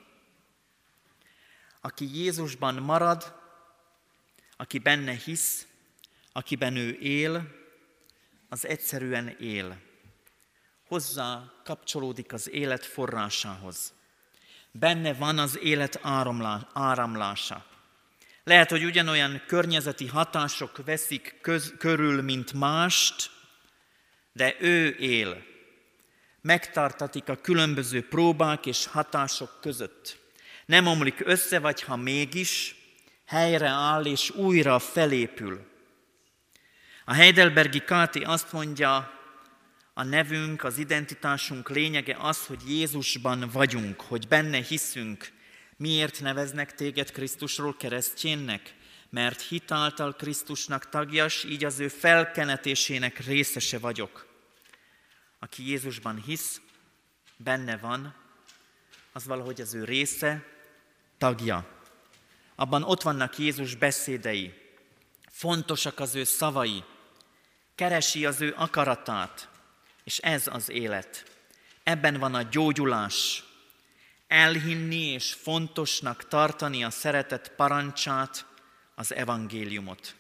Aki Jézusban marad, aki benne hisz, akiben ő él, az egyszerűen él. Hozzá kapcsolódik az élet forrásához. Benne van az élet áramlása. Lehet, hogy ugyanolyan környezeti hatások veszik körül, mint mást, de ő él. Megtartatik a különböző próbák és hatások között. Nem omlik össze, vagy ha mégis, helyreáll és újra felépül. A Heidelbergi K.T. azt mondja, a nevünk, az identitásunk lényege az, hogy Jézusban vagyunk, hogy benne hiszünk. Miért neveznek téged Krisztusról keresztjénnek? Mert hit által Krisztusnak tagjas, így az ő felkenetésének részese vagyok. Aki Jézusban hisz, benne van, az valahogy az ő része, tagja. Abban ott vannak Jézus beszédei, fontosak az ő szavai, keresi az ő akaratát, és ez az élet. Ebben van a gyógyulás. Elhinni és fontosnak tartani a szeretet parancsát, az evangéliumot.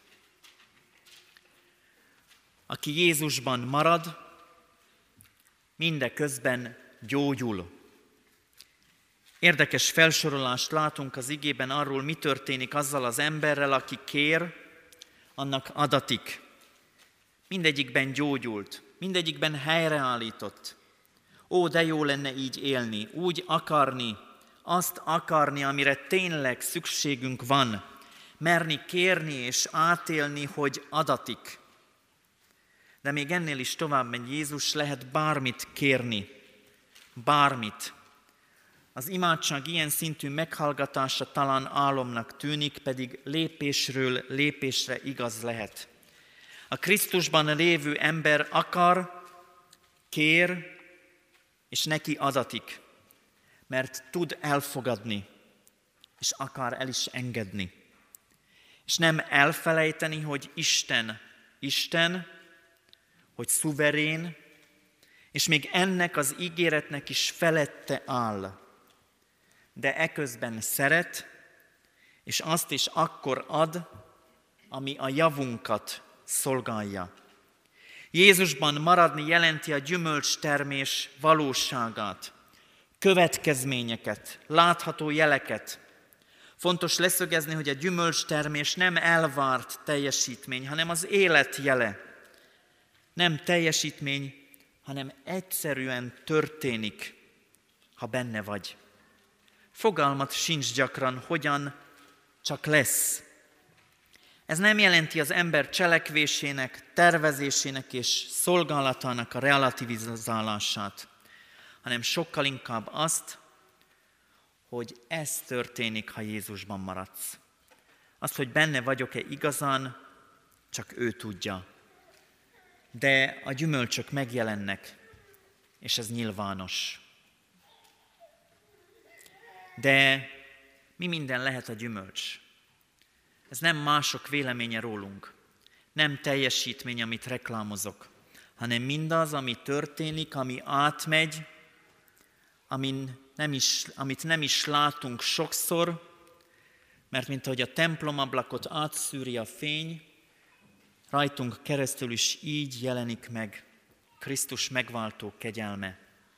Aki Jézusban marad, mindeközben gyógyul. Érdekes felsorolást látunk az igében arról, mi történik azzal az emberrel, aki kér, annak adatik. Mindegyikben gyógyult, mindegyikben helyreállított. Ó, de jó lenne így élni, úgy akarni, azt akarni, amire tényleg szükségünk van, merni kérni és átélni, hogy adatik. De még ennél is tovább megy Jézus, lehet bármit kérni, bármit. Az imádság ilyen szintű meghallgatása talán álomnak tűnik, pedig lépésről lépésre igaz lehet. A Krisztusban lévő ember akar, kér, és neki adatik, mert tud elfogadni, és akar el is engedni. És nem elfelejteni, hogy Isten, hogy szuverén, és még ennek az ígéretnek is felette áll. De eközben szeret, és azt is akkor ad, ami a javunkat szolgálja. Jézusban maradni jelenti a gyümölcstermés valóságát, következményeket, látható jeleket. Fontos leszögezni, hogy a gyümölcstermés nem elvárt teljesítmény, hanem az élet jele. Nem teljesítmény, hanem egyszerűen történik, ha benne vagy. Fogalmat sincs gyakran, hogyan, csak lesz. Ez nem jelenti az ember cselekvésének, tervezésének és szolgálatának a relativizálását, hanem sokkal inkább azt, hogy ez történik, ha Jézusban maradsz. Azt, hogy benne vagyok-e igazán, csak ő tudja. De a gyümölcsök megjelennek, és ez nyilvános. De mi minden lehet a gyümölcs? Ez nem mások véleménye rólunk, nem teljesítmény, amit reklámozok, hanem mindaz, ami történik, ami átmegy, amit nem is látunk sokszor, mert mint ahogy a templomablakot átszűri a fény, rajtunk keresztül is így jelenik meg Krisztus megváltó kegyelme.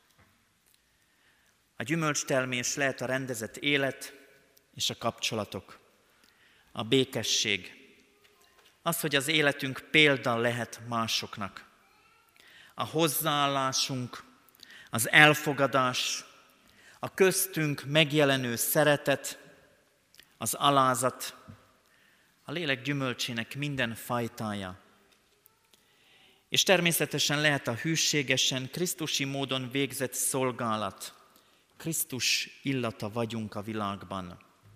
A gyümölcstermés lehet a rendezett élet és a kapcsolatok, a békesség, az, hogy az életünk példa lehet másoknak. A hozzáállásunk, az elfogadás, a köztünk megjelenő szeretet, az alázat, a lélek gyümölcsének minden fajtája. És természetesen lehet a hűségesen, krisztusi módon végzett szolgálat. Krisztus illata vagyunk a világban.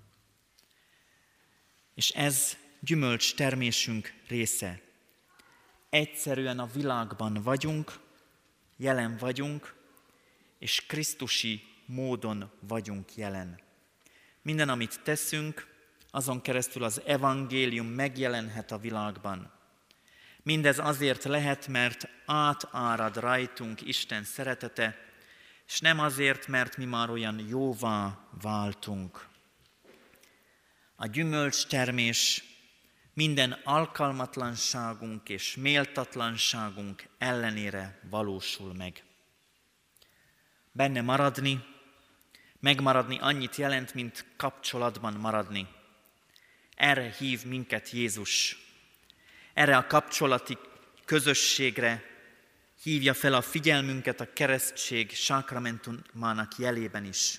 És ez gyümölcs termésünk része. Egyszerűen a világban vagyunk, jelen vagyunk, és krisztusi módon vagyunk jelen. Minden, amit teszünk, azon keresztül az evangélium megjelenhet a világban. Mindez azért lehet, mert átárad rajtunk Isten szeretete, és nem azért, mert mi már olyan jóvá váltunk. A gyümölcstermés minden alkalmatlanságunk és méltatlanságunk ellenére valósul meg. Benne maradni, megmaradni annyit jelent, mint kapcsolatban maradni. Erre hív minket Jézus. Erre a kapcsolati közösségre hívja fel a figyelmünket a keresztség sákramentumának jelében is.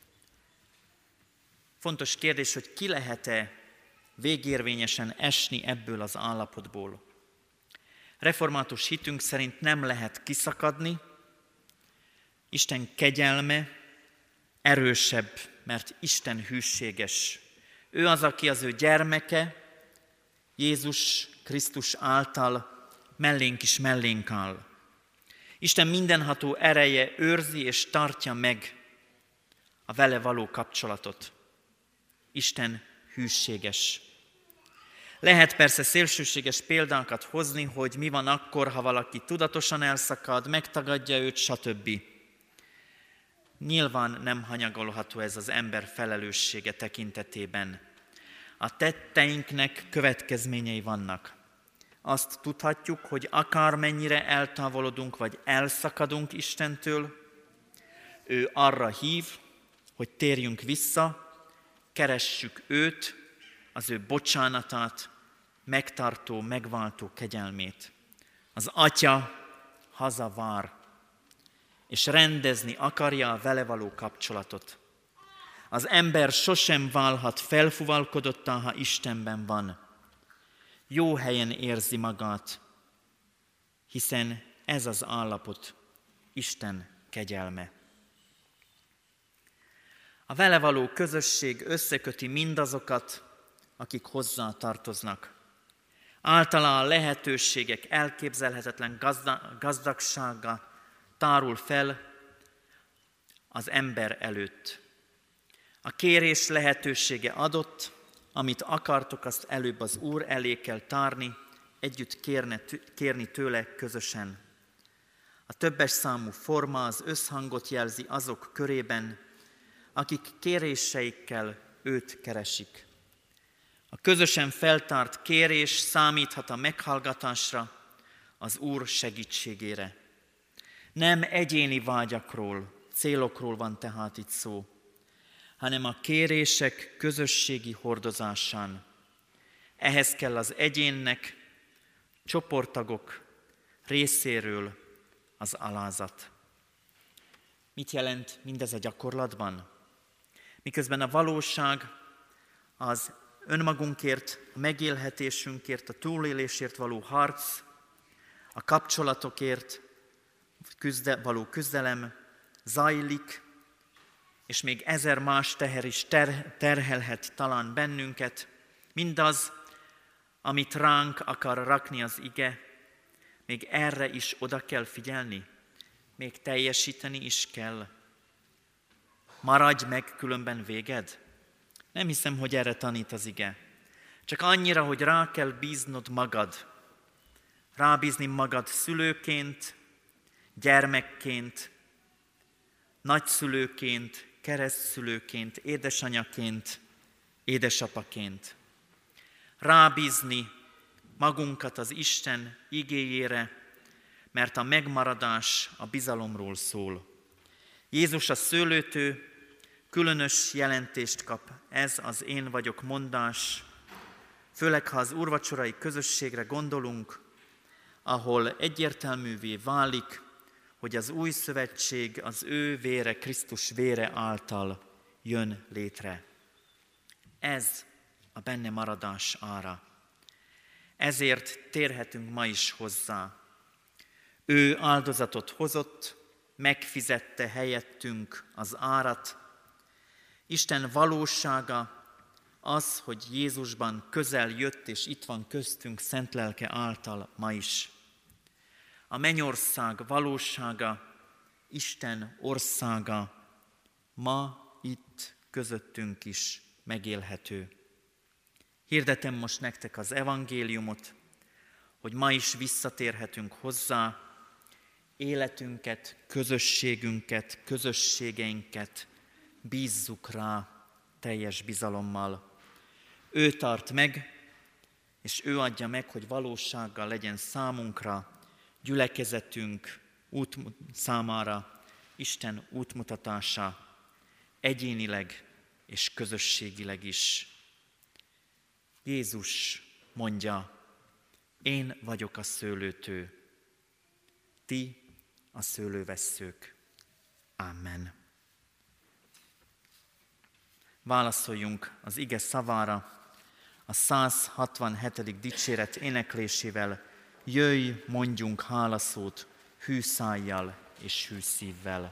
Fontos kérdés, hogy ki lehet-e végérvényesen esni ebből az állapotból. Református hitünk szerint nem lehet kiszakadni. Isten kegyelme erősebb, mert Isten hűséges. Ő az, aki az ő gyermeke, Jézus Krisztus által mellénk is mellénk áll. Isten mindenható ereje őrzi és tartja meg a vele való kapcsolatot. Isten hűséges. Lehet persze szélsőséges példákat hozni, hogy mi van akkor, ha valaki tudatosan elszakad, megtagadja őt, stb. Nyilván nem hanyagolható ez az ember felelőssége tekintetében. A tetteinknek következményei vannak. Azt tudhatjuk, hogy akármennyire eltávolodunk, vagy elszakadunk Istentől, ő arra hív, hogy térjünk vissza, keressük őt, az ő bocsánatát, megtartó, megváltó kegyelmét. Az Atya hazavár, és rendezni akarja a vele való kapcsolatot. Az ember sosem válhat felfuvalkodottá, ha Istenben van. Jó helyen érzi magát, hiszen ez az állapot Isten kegyelme. A vele való közösség összeköti mindazokat, akik hozzá tartoznak. Általán a lehetőségek elképzelhetetlen gazdagsága tárul fel az ember előtt. A kérés lehetősége adott, amit akartok, azt előbb az Úr elé kell tárni, együtt kérni tőle közösen. A többes számú forma az összhangot jelzi azok körében, akik kéréseikkel őt keresik. A közösen feltárt kérés számíthat a meghallgatásra, az Úr segítségére. Nem egyéni vágyakról, célokról van tehát itt szó, hanem a kérések közösségi hordozásán. Ehhez kell az egyénnek, csoporttagok részéről az alázat. Mit jelent mindez a gyakorlatban? Miközben a valóság az önmagunkért, a megélhetésünkért, a túlélésért való harc, a kapcsolatokért való küzdelem zajlik, és még ezer más teher is terhelhet talán bennünket, mindaz, amit ránk akar rakni az ige, még erre is oda kell figyelni, még teljesíteni is kell. Maradj meg, különben véged. Nem hiszem, hogy erre tanít az ige. Csak annyira, hogy rá kell bíznod magad. Rábízni magad szülőként, gyermekként, nagyszülőként, keresztszülőként, édesanyaként, édesapaként. Rábízni magunkat az Isten igéjére, mert a megmaradás a bizalomról szól. Jézus a szőlőtő, különös jelentést kap ez az én vagyok mondás, főleg ha az úrvacsorai közösségre gondolunk, ahol egyértelművé válik, hogy az új szövetség az ő vére, Krisztus vére által jön létre. Ez a benne maradás ára. Ezért térhetünk ma is hozzá. Ő áldozatot hozott, megfizette helyettünk az árat. Isten valósága az, hogy Jézusban közel jött, és itt van köztünk szent lelke által ma is. A mennyország valósága, Isten országa ma itt közöttünk is megélhető. Hirdetem most nektek az evangéliumot, hogy ma is visszatérhetünk hozzá, életünket, közösségünket, közösségeinket bízzuk rá teljes bizalommal. Ő tart meg, és ő adja meg, hogy valósággal legyen számunkra, gyülekezetünk számára Isten útmutatása, egyénileg és közösségileg is. Jézus mondja, én vagyok a szőlőtő, ti a szőlővesszők. Amen. Válaszoljunk az ige szavára a 167. dicséret éneklésével. Jöjj, mondjunk hálaszót hű szájjal és hű szívvel.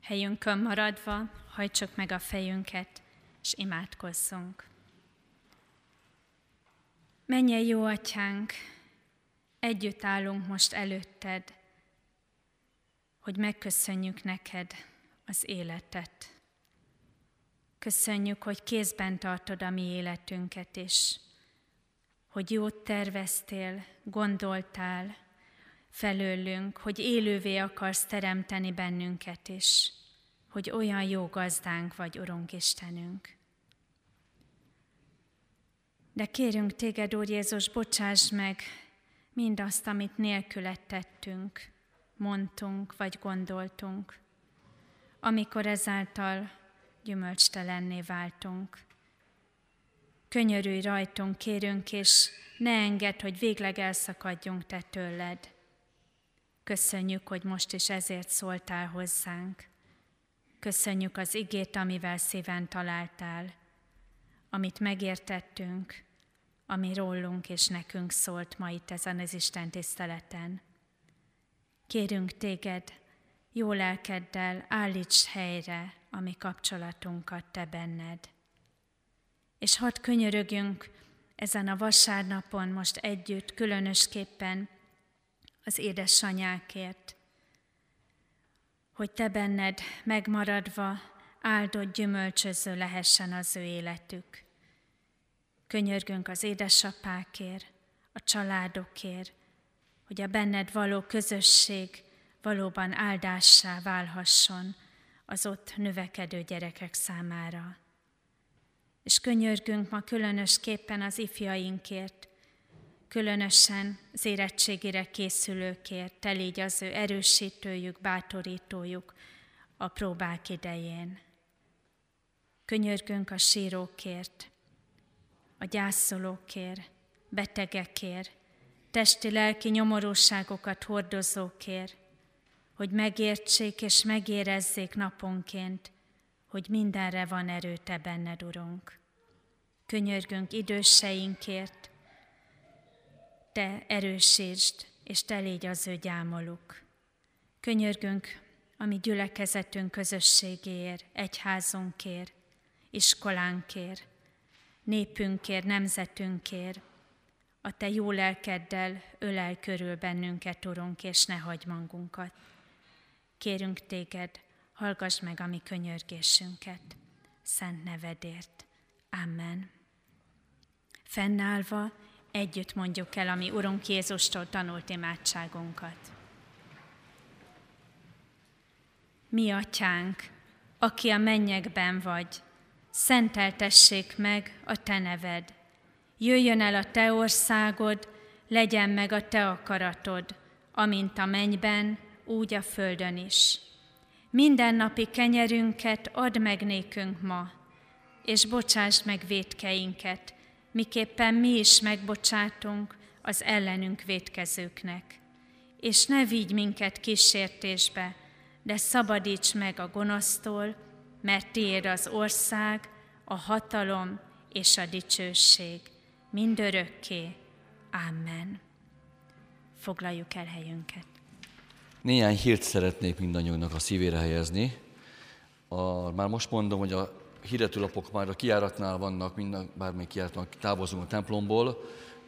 Helyünkön maradva hajtsuk meg a fejünket, és imádkozzunk. Mennyei jó Atyánk, együtt állunk most előtted, hogy megköszönjük neked az életet. Köszönjük, hogy kézben tartod a mi életünket is, hogy jót terveztél, gondoltál felőlünk, hogy élővé akarsz teremteni bennünket is, hogy olyan jó gazdánk vagy, Urunk Istenünk. De kérünk téged, Úr Jézus, bocsáss meg mindazt, amit nélküled tettünk, mondtunk vagy gondoltunk, amikor ezáltal gyümölcstelenné váltunk. Könyörülj rajtunk, kérünk, és ne engedd, hogy végleg elszakadjunk te tőled. Köszönjük, hogy most is ezért szóltál hozzánk. Köszönjük az igét, amivel szíven találtál, amit megértettünk, ami rólunk és nekünk szólt ma itt ezen az Isten tiszteleten. Kérünk téged, jó lelkeddel állítsd helyre a mi kapcsolatunkat te benned. És hadd könyörögjünk ezen a vasárnapon most együtt, különösképpen az édesanyákért, hogy te benned megmaradva áldott gyümölcsöző lehessen az ő életük. Könyörgünk az édesapákért, a családokért, hogy a benned való közösség valóban áldássá válhasson az ott növekedő gyerekek számára. És könyörgünk ma különösképpen az ifjainkért, különösen az érettségére készülőkért, te légy az ő erősítőjük, bátorítójuk a próbák idején. Könyörgünk a sírókért, a gyászolókért, betegekért, testi-lelki nyomorúságokat hordozókért, hogy megértsék és megérezzék naponként, hogy mindenre van erő te benned, Urunk. Könyörgünk időseinkért, te erősítsd, és te légy az ő gyámoluk. Könyörgünk a mi gyülekezetünk közösségéért, egyházunkért, iskolánkért, népünkért, nemzetünkért. A te jó lelkeddel ölelj körül bennünket, Urunk, és ne hagyj magunkat. Kérünk téged, hallgass meg a mi könyörgésünket, szent nevedért. Amen. Fennállva együtt mondjuk el a mi Urunk Jézustól tanult imádságunkat. Mi Atyánk, aki a mennyekben vagy, szenteltessék meg a te neved. Jöjjön el a te országod, legyen meg a te akaratod, amint a mennyben, úgy a földön is. Mindennapi kenyerünket add meg nékünk ma, és bocsásd meg vétkeinket, miképpen mi is megbocsátunk az ellenünk vétkezőknek. És ne vigy minket kísértésbe, de szabadíts meg a gonosztól, mert tiéd az ország, a hatalom és a dicsőség mindörökké. Amen. Foglaljuk el helyünket. Néhány hírt szeretnék mindannyiunknak a szívére helyezni. Már most mondom, hogy a hirdetőlapok már a kijáratnál vannak, bármelyik kijáratnál távozunk a templomból.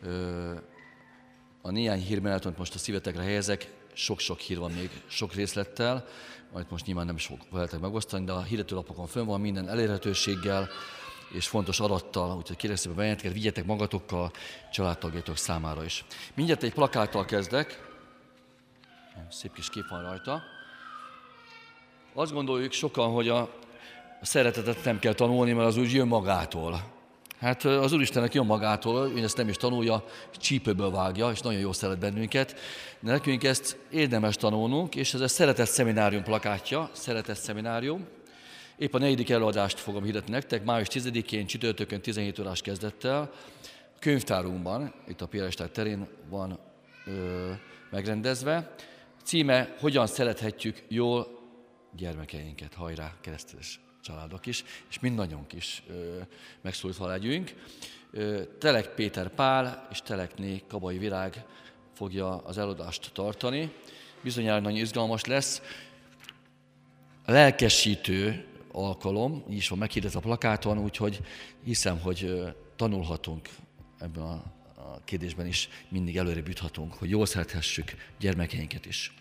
A néhány hír mellett, amit most a szívetekre helyezek, sok-sok hír van még, sok részlettel, majd most nyilván nem is fogok veletek megosztani, de a hirdetőlapokon fönn van minden elérhetőséggel és fontos adattal, úgyhogy kérlek szépen benneteket, vigyetek magatokkal, családtagjaitok számára is. Mindjárt egy plakáttal kezdek, szép kis kép van rajta. Azt gondoljuk sokan, hogy a szeretetet nem kell tanulni, mert az úgy jön magától. Hát az Úristennek jön magától, ő ezt nem is tanulja, csípőből vágja, és nagyon jó szeret bennünket. De nekünk ezt érdemes tanulnunk, és ez a Szeretet Szeminárium plakátja, Szeretet Szeminárium. Épp a 4. előadást fogom hirdetni nektek, május 10-én, csütörtökön 17 órás kezdettel. A könyvtárunkban, itt a Piaristár terén van megrendezve. Címe, hogyan szerethetjük jól gyermekeinket, hajrá, keresztény családok is, és mindannyiunk is megszólítva legyünk. Telek Péter Pál és Telekné Kabai Virág fogja az előadást tartani. Bizonyára nagyon izgalmas lesz. lelkesítő alkalom, így is van meghirdetve a plakáton, úgyhogy hiszem, hogy tanulhatunk ebben a kérdésben is, mindig előrébb juthatunk, hogy jól szerethessük gyermekeinket is.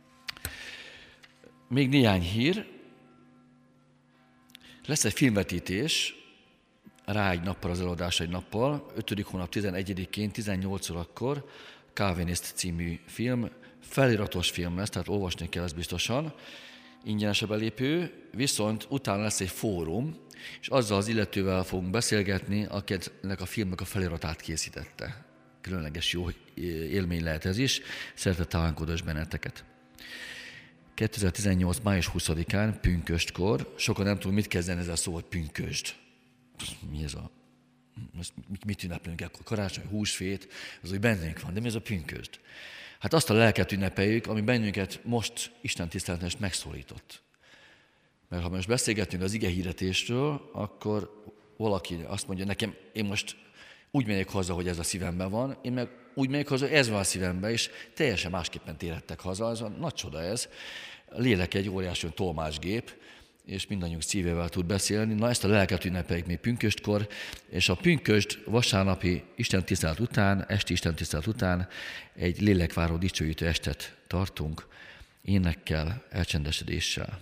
Még néhány hír. Lesz egy filmvetítés, rá egy nappal az előadás egy nappal, 5. hónap 11-én 18 órakor, Calvinist című film, feliratos film lesz, tehát olvasni kell ezt biztosan, ingyenes a belépő, viszont utána lesz egy fórum, és azzal az illetővel fogunk beszélgetni, akinek a filmnek a feliratát készítette. Különleges jó élmény lehet ez is, szeretettel várunk benneteket. 2018. május 20-án, pünköstkor, sokan nem tudom, mit kezdeni ezzel a szó, hogy pünkösd. Mi ez a... Mit ünneplünk akkor? Karácsony, húsvét, az úgy bennünk van, de mi ez a pünkösd? Hát azt a lelket ünnepeljük, ami bennünket most Isten tiszteleten is megszólított. Mert ha most beszélgetünk az ige hirdetésről, akkor valaki azt mondja nekem, én most úgy megyek haza, hogy ez a szívemben van, én meg úgy megyek haza, hogy ez van a szívemben, és teljesen másképpen térhettek haza, ez a nagy csoda ez. A lélek egy óriási tolmácsgép, és mindannyiunk szívével tud beszélni. Na, ezt a lelket ünnepeljük még pünköstkor, és a pünkösd vasárnapi istentisztelet után, esti istentisztelet után egy lélekváró dicsőítő estet tartunk, énekkel, elcsendesedéssel.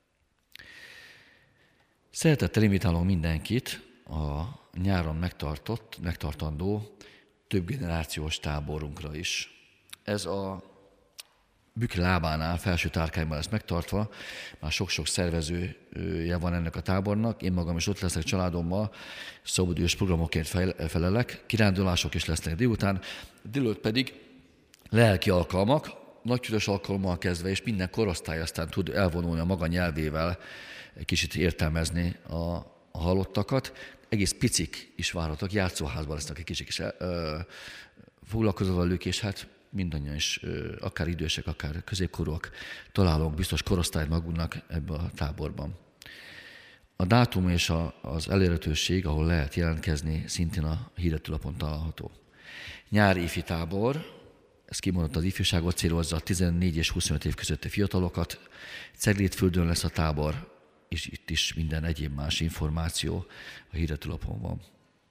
Szeretettel invitálom mindenkit a nyáron megtartandó több generációs táborunkra is. Ez a Bükk lábánál, felső tárkányban lesz megtartva, már sok-sok szervezője van ennek a tábornak, én magam is ott leszek családommal, szabadidős programokként felelek, kirándulások is lesznek délután, délőtt pedig lelki alkalmak, nagykörös alkalommal kezdve, és minden korosztály aztán tud elvonulni a maga nyelvével, egy kicsit értelmezni a halottakat. Egész picik is várhatók, játszóházban lesznek egy kicsit is foglalkozó velük, és hát mindannyian is, akár idősek, akár középkorúak találunk biztos korosztályt magunknak ebben a táborban. A dátum és az elérhetőség, ahol lehet jelentkezni, szintén a hirdetőlapon található. Nyári ifi tábor, ez kimondott az ifjúságot célozza, a 14 és 25 év közötti fiatalokat. Ceglédföldön lesz a tábor, és itt is minden egyéb más információ a hirdetőlapon van.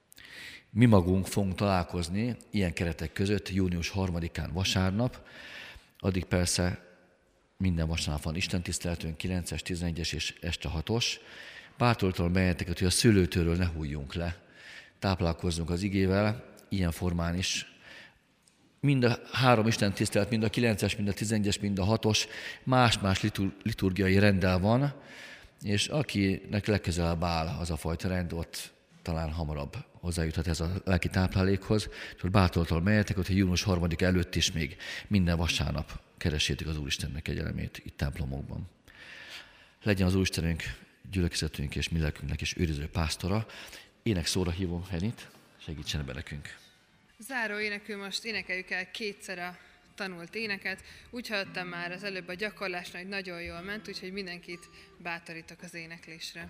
Mi magunk fogunk találkozni ilyen keretek között június 3-án vasárnap, addig persze minden vasárnap van istentiszteletünk, 9-es, 11-es és este 6-os. Bátortalan benneteket, hogy a szőlőtőről ne hújjunk le, táplálkozzunk az igével, ilyen formán is. Mind a 3 istentisztelet, mind a 9-es, mind a 11-es, mind a 6-os más-más liturgiai rendel van, és akinek legközelebb áll az a fajta rend, ott talán hamarabb hozzájuthat ez a lelki táplálékhoz. És bátortalan menjetek, hogy június 3 előtt is még minden vasárnap keressétek az Úristennek kegyelemét itt templomokban. Legyen az Úristenünk, gyülekezetünk és mi lelkünknek is őriző pásztora. Énekszóra hívom Henit, segítsen ebben nekünk. Záró énekül most énekeljük el kétszer a tanult éneket. Úgy hallottam már az előbb a gyakorlásnál, hogy nagyon jól ment, úgyhogy mindenkit bátorítok az éneklésre.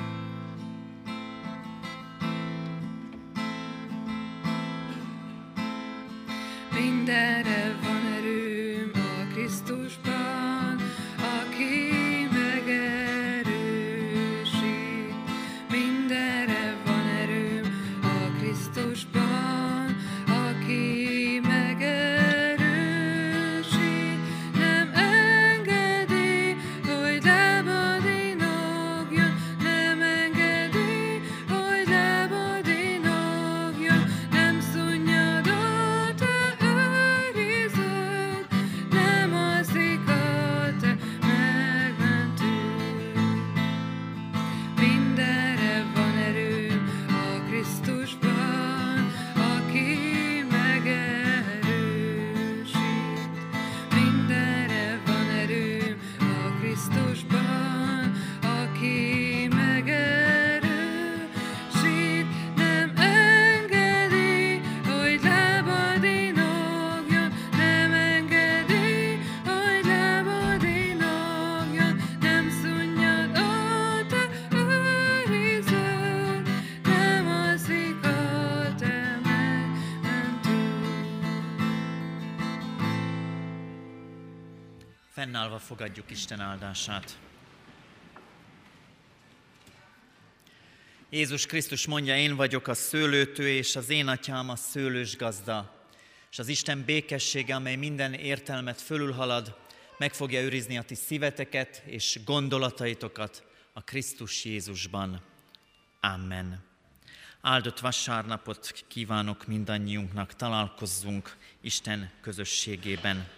Mindenre van erőm a Krisztusban, aki megerősít. Mindenre van erőm a Krisztusban, aki megerősít. Nem engedi, hogy lebadinogjon, nem engedi, hogy lebadinogjon, nem szunnyad ott őriződ, nem alszik a te megmentőd. Mindenre van erőm a Krisztusban, aki megerősít. Mindenre van erőm a Krisztusban, aki megerősít. Nem engedi, hogy lebadinogjon, nem engedi, hogy lebadinogjon, nem szunnyad a te őriződ, nem alszik a te megmentőd. Fennállva fogadjuk Isten áldását. Jézus Krisztus mondja, én vagyok a szőlőtő, és az én atyám a szőlősgazda. És az Isten békessége, amely minden értelmet fölülhalad, meg fogja őrizni a ti szíveteket és gondolataitokat a Krisztus Jézusban. Amen. Áldott vasárnapot kívánok mindannyiunknak, találkozzunk Isten közösségében.